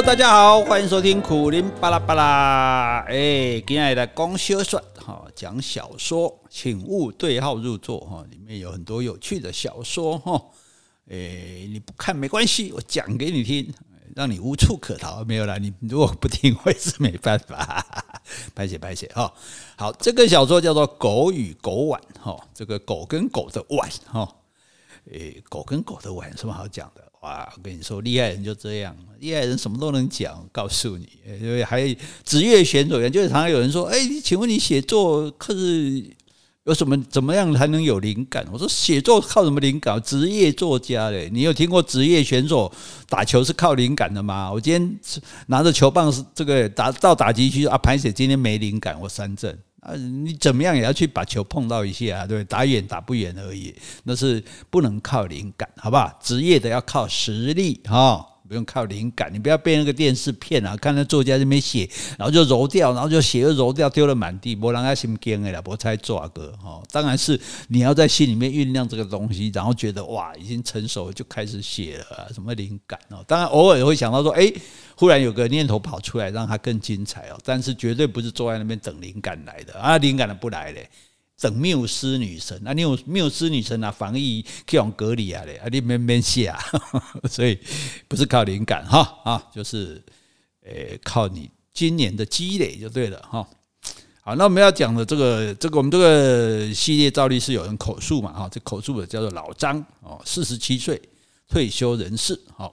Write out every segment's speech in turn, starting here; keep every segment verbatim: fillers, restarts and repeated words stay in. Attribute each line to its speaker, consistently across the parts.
Speaker 1: Hello， 大家好，欢迎收听苦林巴拉巴拉。哎，今天来讲小说，哈，讲小说，请勿对号入座哈，里面有很多有趣的小说哈。哎，你不看没关系，我讲给你听，让你无处可逃。没有啦，你如果不听，我也是没办法。拍写拍写哈。好，这个小说叫做《狗与狗碗》哈，这个狗跟狗的碗哈。诶，狗跟狗的碗有什么好讲的？哇，我跟你说，厉害人就这样，厉害人什么都能讲。告诉你，因为还职业选手员，就是常常有人说：“哎，请问你写作可是有什么怎么样才能有灵感？”我说：“写作靠什么灵感？职业作家嘞，你有听过职业选手打球是靠灵感的吗？”我今天拿着球棒，这个打到打击区啊，拍写今天没灵感，我三振。啊，你怎么样也要去把球碰到一下啊，对不对？打远打不远而已，那是不能靠灵感，好不好？职业的要靠实力哈，不用靠灵感。你不要被那个电视骗啊，看那作家在那边写，然后就揉掉，然后就写又揉掉，丢了满地，没人家心惊的啦，没猜做个哈。当然是你要在心里面酝酿这个东西，然后觉得哇，已经成熟了，就开始写了啊，什么灵感哦？当然偶尔会想到说，哎。忽然有个念头跑出来，让它更精彩哦，但是绝对不是坐在那边等灵感来的啊，灵感的不来嘞，等缪斯女神啊，缪缪斯女神啊，防疫去用隔离啊嘞，啊你免免写啊，所以不是靠灵感哈啊，就是呃靠你今年的积累就对了哈。好，那我们要讲的这个这个我们这个系列照例是有人口述嘛哈，这口述的叫做老张哦，四十七岁退休人士哈。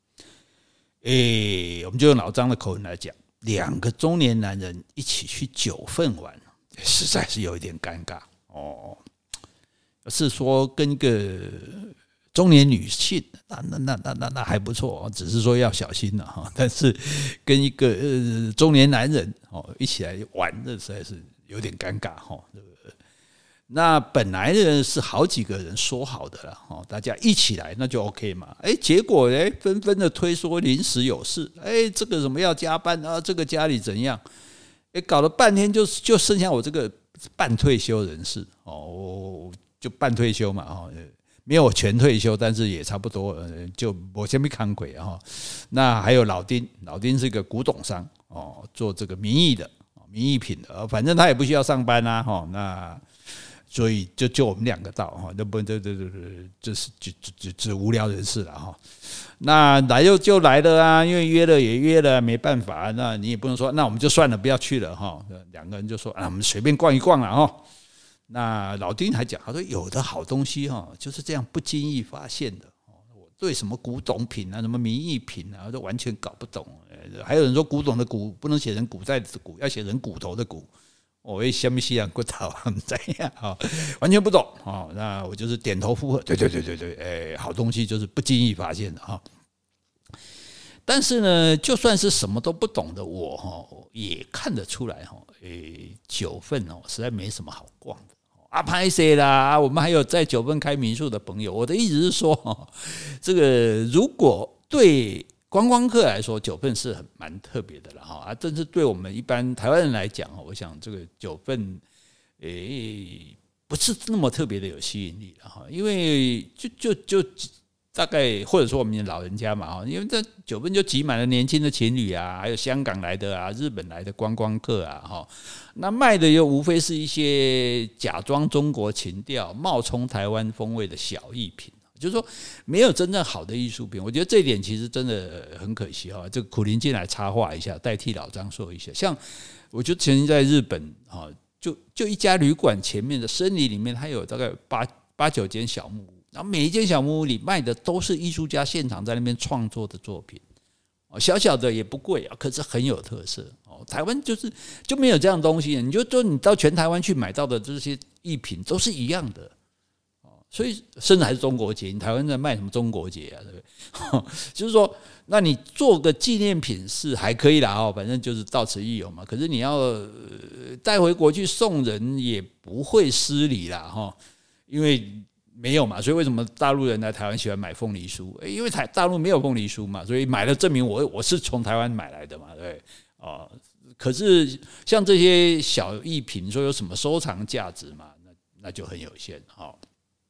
Speaker 1: 诶，我们就用老张的口吻来讲，两个中年男人一起去九份玩，实在是有一点尴尬哦。是说跟一个中年女性，那那那那那那还不错，只是说要小心了哈。但是跟一个呃中年男人哦一起来玩，这实在是有点尴尬哈。那本来呢是好几个人说好的了，大家一起来那就 OK 嘛。哎，结果哎纷纷的推说临时有事，哎，这个什么要加班啊，这个家里怎样？哎，搞了半天就就剩下我这个半退休人士哦，就半退休嘛哈，没有全退休，但是也差不多，就我先没看鬼哈。那还有老丁，老丁是一个古董商哦，做这个名义的名义品的，反正他也不需要上班啊哈。那所以就就我们两个到哈，那不这这这这是就就就无聊人士了哈。那来就就来了啊，因为约了也约了，没办法，那你也不能说那我们就算了，不要去了哈。两个人就说啊，我们随便逛一逛了哈。那老丁还讲，他说有的好东西哈就是这样不经意发现的。我对什么古董品啊，什么名义品啊，都完全搞不懂。还有人说古董的古不能写成古代的古，要写成骨头的骨。我为什么西洋骨头怎样啊？完全不懂啊！那我就是点头附和，对对对对对，哎，好东西就是不经意发现的哈。但是呢，就算是什么都不懂的我哈，也看得出来哈，哎，九份哦，实在没什么好逛的啊，拍谁啦？我们还有在九份开民宿的朋友。我的意思是说，这个如果对观光客来说，九份是很蛮特别的了哈啊，但是对我们一般台湾人来讲，我想这个九份诶不是那么特别的有吸引力了哈，因为就就就大概或者说我们的老人家嘛哈，因为这九份就挤满了年轻的情侣啊，还有香港来的啊、日本来的观光客啊哈，那卖的又无非是一些假装中国情调、冒充台湾风味的小艺品。就是说没有真正好的艺术品，我觉得这一点其实真的很可惜哈。这个苦苓进来插话一下，代替老张说一下。像我就曾经在日本哈，就就一家旅馆前面的森林里面，它有大概八八九间小木屋，然后每一间小木屋里卖的都是艺术家现场在那边创作的作品，小小的也不贵啊，可是很有特色哦。台湾就是就没有这样的东西，你就说你到全台湾去买到的这些艺品都是一样的。所以甚至还是中国结，你台湾在卖什么中国结啊？对不对？就是说，那你做个纪念品是还可以啦哦，反正就是到此一游嘛。可是你要带回国去送人，也不会失礼啦哈，因为没有嘛。所以为什么大陆人来台湾喜欢买凤梨酥？因为台大陆没有凤梨酥嘛，所以买了证明我我是从台湾买来的嘛，对不对？哦，可是像这些小艺品，说有什么收藏价值嘛？那那就很有限哈。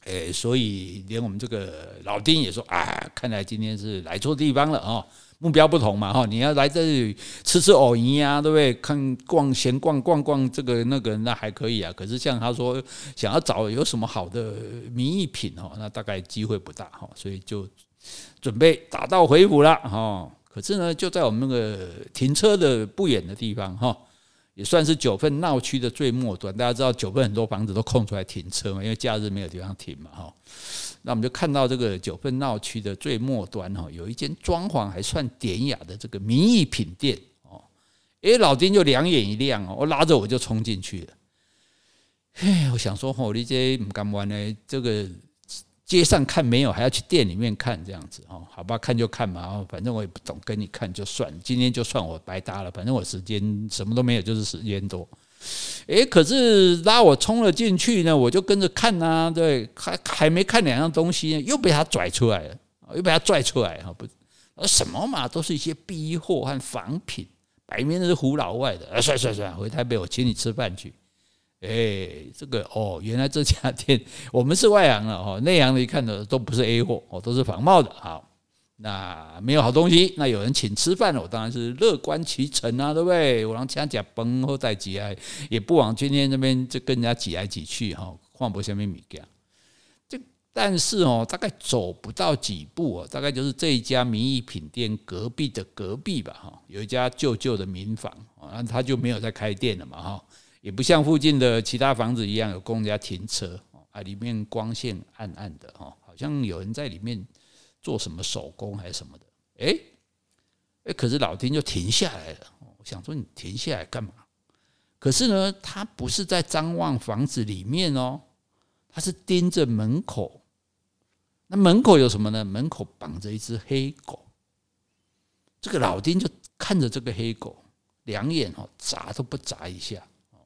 Speaker 1: 诶，所以连我们这个老丁也说啊，看来今天是来错地方了哦，目标不同嘛哈，你要来这里吃吃藕泥啊，对不对？看逛闲逛逛逛这个那个那还可以啊，可是像他说想要找有什么好的名艺品哦，那大概机会不大哈，所以就准备打道回府了哈。可是呢，就在我们那个停车的不远的地方哈。也算是九份闹区的最末端，大家知道九份很多房子都空出来停车嘛，因为假日没有地方停嘛，哈。那我们就看到这个九份闹区的最末端哈，有一间装潢还算典雅的这个名艺品店哦。诶，老丁就两眼一亮哦，我拉着我就冲进去了。嘿，我想说吼，你这不敢玩呢，这个街上看没有，还要去店里面看这样子哦，好吧，看就看嘛，反正我也不懂，跟你看就算，今天就算我白搭了，反正我时间什么都没有，就是时间多。诶，可是拉我冲了进去呢，我就跟着看啊，对，还还没看两样东西呢，又被他拽出来了，又被他拽出来哈，不，什么嘛，都是一些逼货和仿品，摆明是唬老外的，啊，算算算，回台北我请你吃饭去。哎，这个哦，原来这家店我们是外行了哦，内行的一看的都不是 A 货哦，都是仿冒的。好，那没有好东西，那有人请吃饭了，我当然是乐观其成啊，对不对？我让家家崩后再挤来，也不往今天那边就跟人家挤来挤去哈，换不下面米干。这但是哦，大概走不到几步哦，大概就是这一家名艺品店隔壁的隔壁吧哈，有一家旧旧的民房啊，他就没有在开店了嘛哈。也不像附近的其他房子一样有供人家停车啊，里面光线暗暗的哈，好像有人在里面做什么手工还是什么的。哎哎，可是老丁就停下来了。我想说你停下来干嘛？可是呢，他不是在张望房子里面哦，他是盯着门口。那门口有什么呢？门口绑着一只黑狗。这个老丁就看着这个黑狗，两眼哦眨都不眨一下。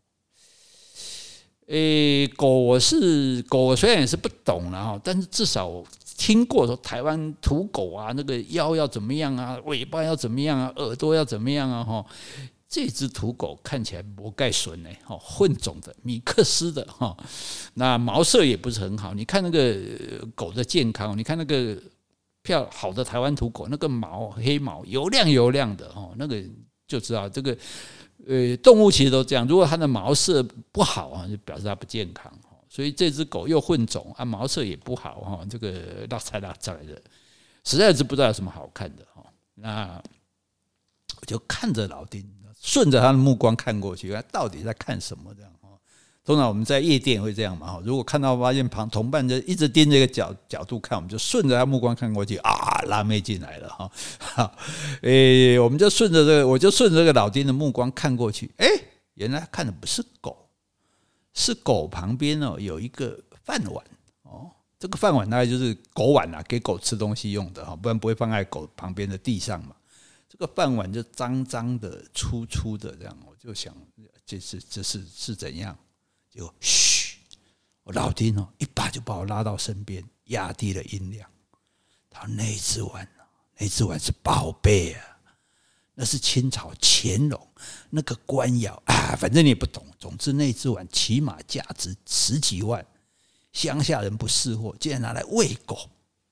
Speaker 1: 诶，狗我是狗，我虽然也是不懂了哈，但是至少我听过说台湾土狗啊，那个腰要怎么样啊，尾巴要怎么样啊，耳朵要怎么样啊哈。这只土狗看起来不盖笋呢，哈，混种的米克斯的哈，那毛色也不是很好。你看那个狗的健康，你看那个漂好的台湾土狗，那个毛黑毛油亮油亮的哈，那个就知道这个。呃，动物其实都这样，如果它的毛色不好啊，就表示它不健康。所以这只狗又混种啊，毛色也不好哈，这个拉菜拉菜的，实在是不知道有什么好看的哈。那我就看着老丁，顺着他的目光看过去，他到底在看什么这样。通常我们在夜店会这样嘛，如果看到发现旁同伴就一直盯着一个角角度看，我们就顺着他目光看过去啊，辣妹进来了哈，好，诶，我们就顺着这个，我就顺着这个老丁的目光看过去，诶，原来看的不是狗，是狗旁边哦有一个饭碗哦，这个饭碗大概就是狗碗啦，给狗吃东西用的哈，不然不会放在狗旁边的地上嘛。这个饭碗就脏脏的、粗粗的这样，我就想这是这是是怎样？就嘘，我老丁哦，一把就把我拉到身边，压低了音量。他说：“那只碗，那只碗是宝贝啊，那是清朝乾隆那个官窑啊，反正你也不懂。总之那只碗起码价值十几万，乡下人不识货，竟然拿来喂狗。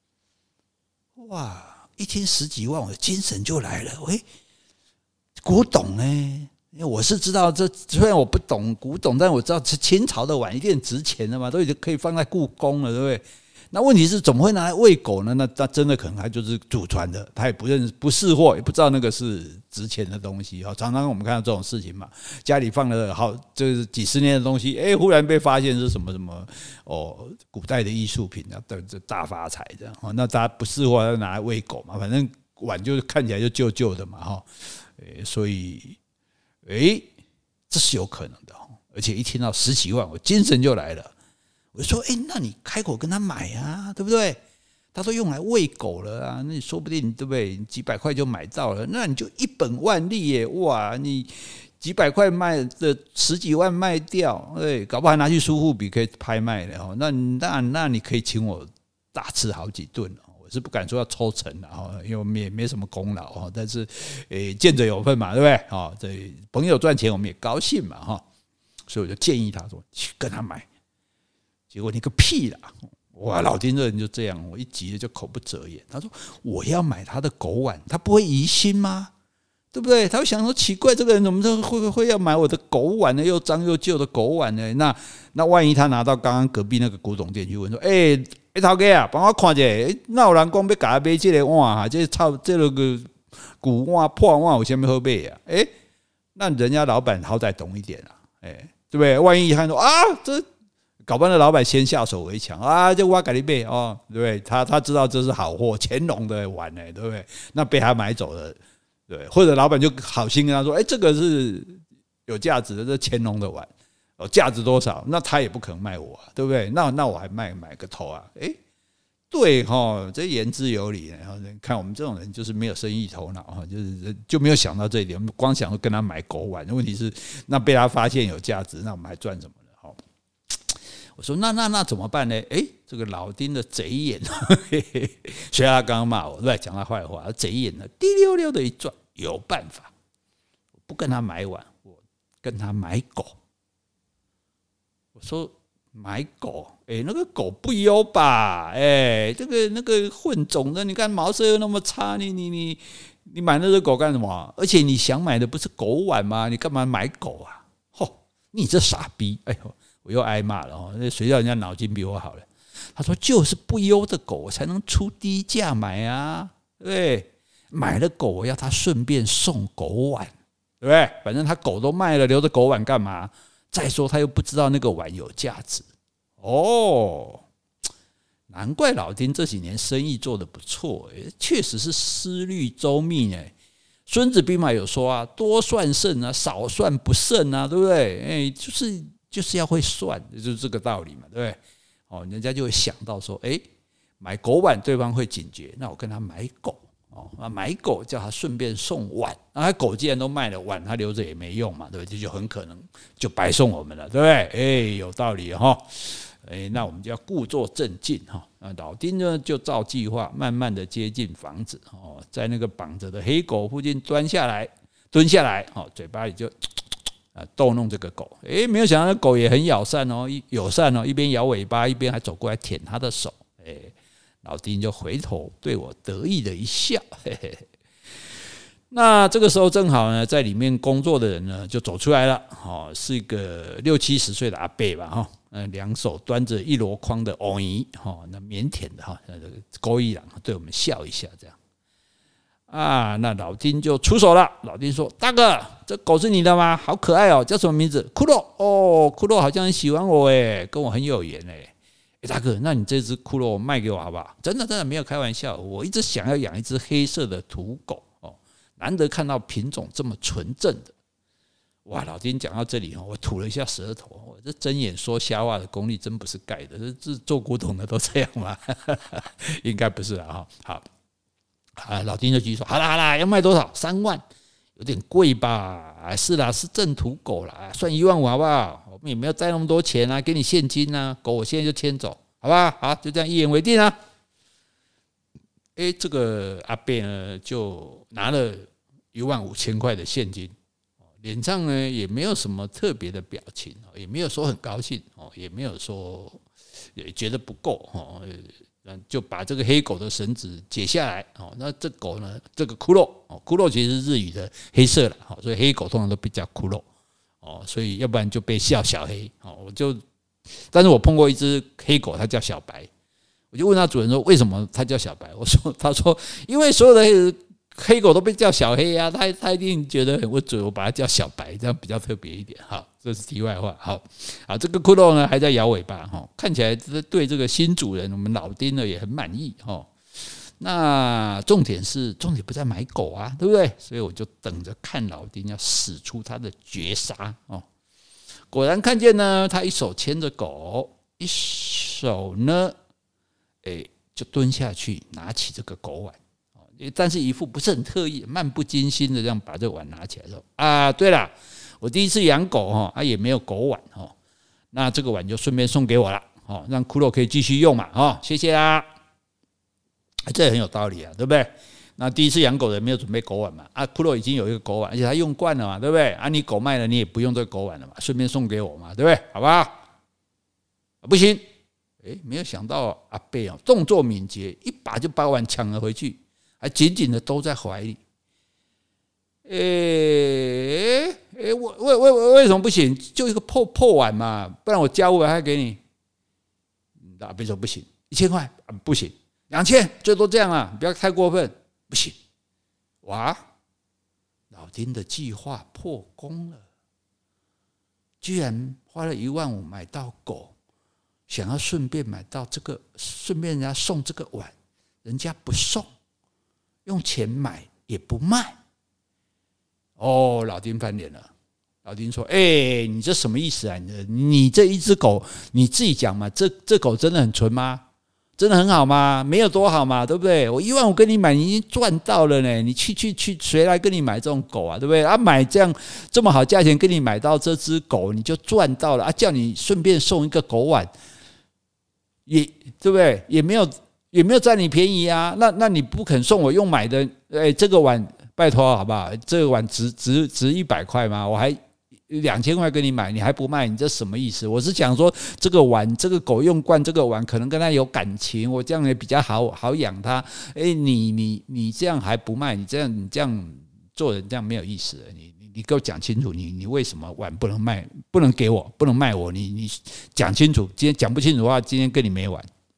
Speaker 1: 哇！一听十几万，我精神就来了。喂，古董呢？”因为我是知道这，虽然我不懂古董，但我知道清朝的碗一定值钱的嘛，都已经可以放在故宫了，对不对？那问题是怎么会拿来喂狗呢？那那真的可能他就是祖传的，他也不认识不识货，也不知道那个是值钱的东西。常常我们看到这种事情嘛，家里放了好就是几十年的东西，哎，忽然被发现是什么什么哦，古代的艺术品啊，这大发财这样。那大家不识货，要拿来喂狗嘛，反正碗就看起来就旧旧的嘛，哈，所以。哎，这是有可能的，而且一听到十几万，我精神就来了。我就说：“哎，那你开口跟他买啊，对不对？他都用来喂狗了啊，那你说不定对不对？几百块就买到了，那你就一本万利耶！哇，你几百块卖的十几万卖掉，对，搞不好还拿去苏富比可以拍卖的哦。那那那你可以请我大吃好几顿。”是不敢说要抽成的哈，因为我们也没什么功劳哈，但是诶见者有份嘛，对不对？哈，这朋友赚钱我们也高兴嘛哈，所以我就建议他说去跟他买，结果你个屁啦！ 哇，老丁这人就这样，我一急了就口不择言。他说我要买他的狗碗，他不会疑心吗？对不对？他会想说奇怪，这个人怎么会会要买我的狗碗呢？又脏又旧的狗碗呢？那那万一他拿到刚刚隔壁那个古董店去问说，哎、欸、哎、欸，头家啊，帮我看一下，欸、那有人讲要给他买这个碗哈，这操这个古碗破碗有什么好买啊？哎、欸，那人家老板好歹懂一点啊，哎、欸，对不对？万一他说啊，这搞不好老板先下手为强啊，这我给你买哦，对不对？他他知道这是好货，乾隆的碗呢、欸，对不对？那被他买走了。对，或者老板就好心跟他说：“哎、欸，这个是有价值的，这乾隆的碗，哦，价值多少？那他也不可能卖我、啊，对不对？那那我还卖买个头啊？哎、欸，对哈，这言之有理。然后看我们这种人就是没有生意头脑哈，就是就没有想到这一点，我们光想着跟他买狗碗。问题是，那被他发现有价值，那我们还赚什么呢？哈，我说那那那怎么办呢？哎、欸，这个老丁的贼眼，虽然他刚刚骂我，对，讲他坏话，贼眼呢，滴溜溜的一转。有办法，我不跟他买碗，我跟他买狗。我说买狗，哎、欸，那个狗不优吧？哎、欸，这个那个混种的，你看毛色又那么差，你你你你买那只狗干什么？而且你想买的不是狗碗吗？你干嘛买狗啊？吼，你这傻逼！哎呦，我又挨骂了哦。那谁叫人家脑筋比我好了？他说就是不优的狗，我才能出低价买啊，对不对？买了狗，我要他顺便送狗碗，对不对？反正他狗都卖了，留着狗碗干嘛？再说他又不知道那个碗有价值哦，难怪老丁这几年生意做得不错，确实是思虑周密哎。孙子兵法有说啊，多算胜啊，少算不胜啊，对不对？哎，就是就是要会算，就是这个道理嘛，对不对？哦，人家就会想到说，哎，买狗碗对方会警觉，那我跟他买狗。哦，买狗叫他顺便送碗，那狗既然都卖了碗，他留着也没用嘛，对不对？这就很可能就白送我们了，对不对？哎，有道理哈。哎，那我们就要故作镇静哈。那老丁呢，就照计划慢慢的接近房子哦，在那个绑着的黑狗附近蹲下来，蹲下来，哦，嘴巴里就啊逗弄这个狗。哎，没有想到那狗也很友善哦，友善哦，一边摇尾巴，一边还走过来舔他的手，哎。老丁就回头对我得意的一笑，嘿嘿。那这个时候正好呢，在里面工作的人呢就走出来了，哦，是一个六七十岁的阿伯吧，哈，呃，两手端着一箩筐的藕泥，哈，那腼腆的哈，那个勾一郎对我们笑一下，这样啊，那老丁就出手了。老丁说：“大哥，这狗是你的吗？好可爱哦，叫什么名字？骷髅哦，骷髅好像很喜欢我诶，跟我很有缘诶。”欸、大哥，那你这只骷髅卖给我好不好？真的真的没有开玩笑，我一直想要养一只黑色的土狗哦，难得看到品种这么纯正的。哇，老丁讲到这里我吐了一下舌头，我这睁眼说瞎话的功力真不是盖的，这这做古董的都这样吗？应该不是啊。好，啊，老丁就继续说：好啦好啦，要卖多少？三万，有点贵吧？啊，是啦，是正土狗啦，算一万五好不好？我们也没有带那么多钱啊，给你现金啊，狗我现在就牵走，好不好？好，就这样一言为定啊。哎，这个阿伯呢，就拿了一万五千块的现金，脸上呢也没有什么特别的表情，也没有说很高兴，也没有说也觉得不够，就把这个黑狗的绳子解下来。那这狗呢，这个骷髅，骷髅其实是日语的黑色了，所以黑狗通常都比较骷髅。哦，所以要不然就被笑小黑。哦，我就，但是我碰过一只黑狗，它叫小白，我就问他主人说为什么它叫小白？我说，他说因为所有的黑狗都被叫小黑啊，他他一定觉得很不准，我把它叫小白，这样比较特别一点。好，这是题外话。好，好，这个骷髅呢还在摇尾巴，哈，看起来对这个新主人我们老丁呢也很满意，哈。那重点是重点不在买狗啊，对不对？所以我就等着看老丁要使出他的绝杀哦。果然看见呢，他一手牵着狗，一手呢，哎，就蹲下去拿起这个狗碗，但是一副不是很特意、漫不经心的这样把这个碗拿起来说：“啊，对了，我第一次养狗哈，啊也没有狗碗哈，那这个碗就顺便送给我了，哦，让骷髅可以继续用嘛，哦，谢谢啦。”这也很有道理啊，对不对？那第一次养狗的人没有准备狗碗嘛？啊，骷髅已经有一个狗碗，而且他用惯了嘛，对不对？啊，你狗卖了，你也不用这个狗碗了嘛，顺便送给我嘛，对不对？好不好？不行， 哎，没有想到阿伯哦，动作敏捷，一把就把碗抢了回去，还紧紧的兜在怀里。哎哎，为为为为什么不行？就一个破破碗嘛，不然我加五百块给你。阿伯说不行，一千块不行，两千最多这样啊，不要太过分，不行。哇，老丁的计划破功了，居然花了一万五买到狗，想要顺便买到这个，顺便人家送这个碗，人家不送，用钱买也不卖。哦，老丁翻脸了。老丁说：“哎、欸，你这什么意思啊？你你这一只狗，你自己讲嘛，这这狗真的很纯吗？真的很好吗？没有多好嘛，对不对？我一万五跟你买，你已经赚到了呢。你去去去，谁来跟你买这种狗啊？对不对？啊，买这样这么好价钱跟你买到这只狗，你就赚到了啊！叫你顺便送一个狗碗，也对不对？也没有也没有占你便宜啊。那那你不肯送我用买的，哎、欸，这个碗拜托好不好？这个碗值值值一百块吗？我还。”两千块跟你买，你还不卖，你这什么意思？我是讲说，这个碗，这个狗用惯这个碗，可能跟它有感情，我这样也比较好好养它。哎、欸，你你你这样还不卖，你这样你这样做人这样没有意思了。你你你给我讲清楚，你你为什么碗不能卖，不能给我，不能卖我？你你讲清楚，今天讲不清楚的话，今天跟你没完。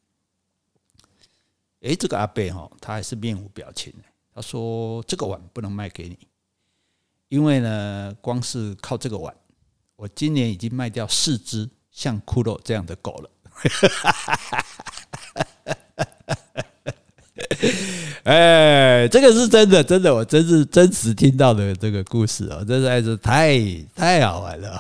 Speaker 1: 哎、欸，这个阿伯哈，他还是面无表情。他说：“这个碗不能卖给你。”因为呢，光是靠这个碗，我今年已经卖掉四只像骷髅这样的狗了。哎，这个是真的，真的，我真是真实听到的这个故事哦，真的是太太好玩了。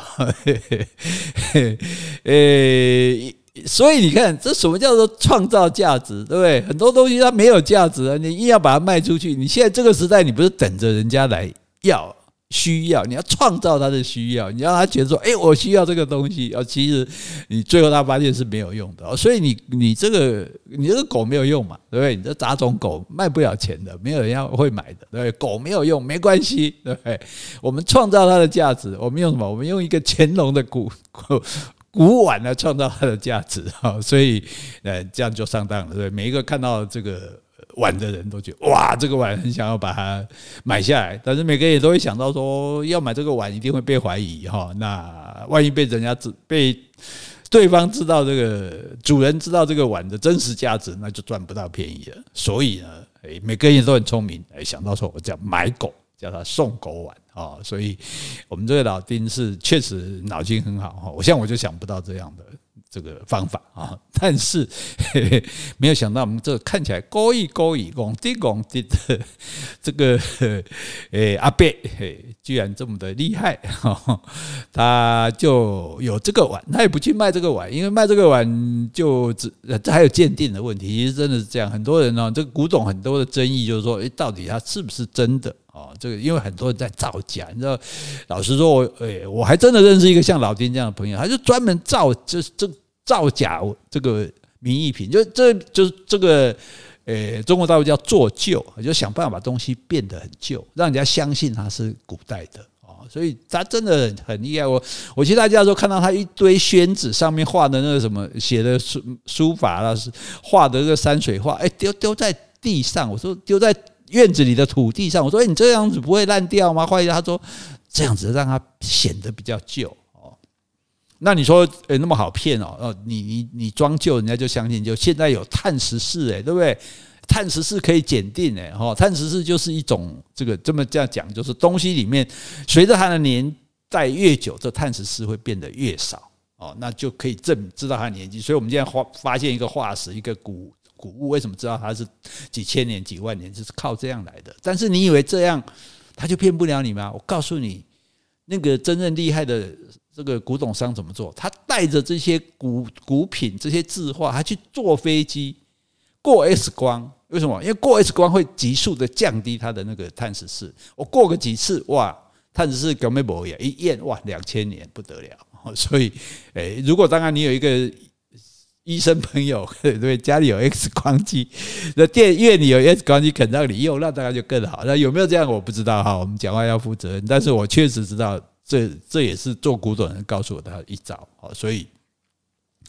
Speaker 1: 哎。所以你看，这什么叫做创造价值，对不对？很多东西它没有价值啊，你硬要把它卖出去。你现在这个时代，你不是等着人家来要需要，你要创造他的需要，你让他觉得说，哎、欸，我需要这个东西啊。其实你最后他发现是没有用的，所以你你这个你这个狗没有用嘛，对不对？你这杂种狗卖不了钱的，没有人要会买的，对不对？狗没有用没关系，对不对？我们创造它的价值，我们用什么？我们用一个乾隆的骨骨。古碗来创造它的价值，所以呃这样就上当了，对不对？每一个看到这个碗的人都觉得哇，这个碗很想要把它买下来，但是每个人也都会想到说，要买这个碗一定会被怀疑哈，那万一被人家被对方知道这个主人知道这个碗的真实价值，那就赚不到便宜了。所以呢，每个人也都很聪明，想到说我叫买狗。叫他送狗碗啊，所以我们这个老丁是确实脑筋很好哈，我像我就想不到这样的这个方法啊，但是嘿嘿没有想到我们这个看起来高义高义拱地拱地的这个诶阿伯居然这么的厉害，他就有这个碗，他也不去卖这个碗，因为卖这个碗就只这还有鉴定的问题，其实真的是这样，很多人呢，这个古董很多的争议就是说，诶，到底它是不是真的？哦，这个因为很多人在造假，你知道，老实说我，诶，我还真的认识一个像老丁这样的朋友，他就专门造，就是这造假这个名义品，就这就是这个，诶，中国大陆叫做旧，就想办法把东西变得很旧，让人家相信它是古代的。所以他真的很厉害。我我去他家的时候，看到他一堆宣纸上面画的那个什么写的书书法啦，画的这个山水画，哎，丢丢在地上。我说丢在院子里的土地上。我说，哎，你这样子不会烂掉吗？坏掉？他说这样子让它显得比较旧哦。那你说，哎，那么好骗哦？哦，你你你装旧，人家就相信旧。现在有碳十四，哎，对不对？碳十四可以检定诶，哈，碳十四就是一种这个这么这样讲，就是东西里面随着它的年代越久，这碳十四会变得越少哦，那就可以证知道它的年纪。所以我们现在发发现一个化石，一个古古物，为什么知道它是几千年、几万年，就是靠这样来的。但是你以为这样他就骗不了你吗？我告诉你，那个真正厉害的这个古董商怎么做？他带着这些古古品、这些字画，他去坐飞机过 X 光。为什么？因为过 X 光会急速的降低它的那个碳十四。我过个几次，哇，碳十四根本没有，一验哇，两千年不得了。所以，诶，如果当然你有一个医生朋友，对对，家里有 X 光机，那电院里有 X 光机肯让你用，那当然就更好。那有没有这样我不知道哈，我们讲话要负责任。但是我确实知道，这这也是做古董人告诉我的一招。所以。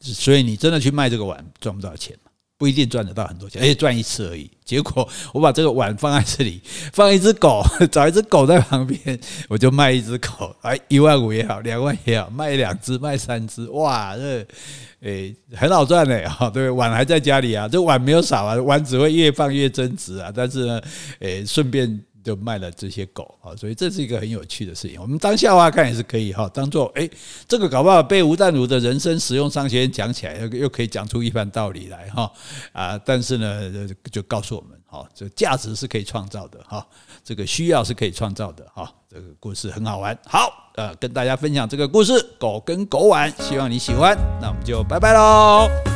Speaker 1: 所以你真的去卖这个碗赚不到钱嘛？不一定赚得到很多钱，而且赚一次而已。结果我把这个碗放在这里，放一只狗，找一只狗在旁边，我就卖一只狗，哎，一万五也好，两万也好，卖两只，卖三只，哇，这诶很好赚嘞啊！对，碗还在家里啊，这碗没有少啊，碗只会越放越增值啊。但是呢，诶，顺便就卖了这些狗啊，所以这是一个很有趣的事情。我们当笑话看也是可以哈，当做哎，这个搞不好被吴淡如的人生实用商学院讲起来，又可以讲出一番道理来哈啊！但是呢，就告诉我们哈，这价值是可以创造的哈，这个需要是可以创造的哈。这个故事很好玩，好，呃，跟大家分享这个故事，狗跟狗碗，希望你喜欢。那我们就拜拜喽。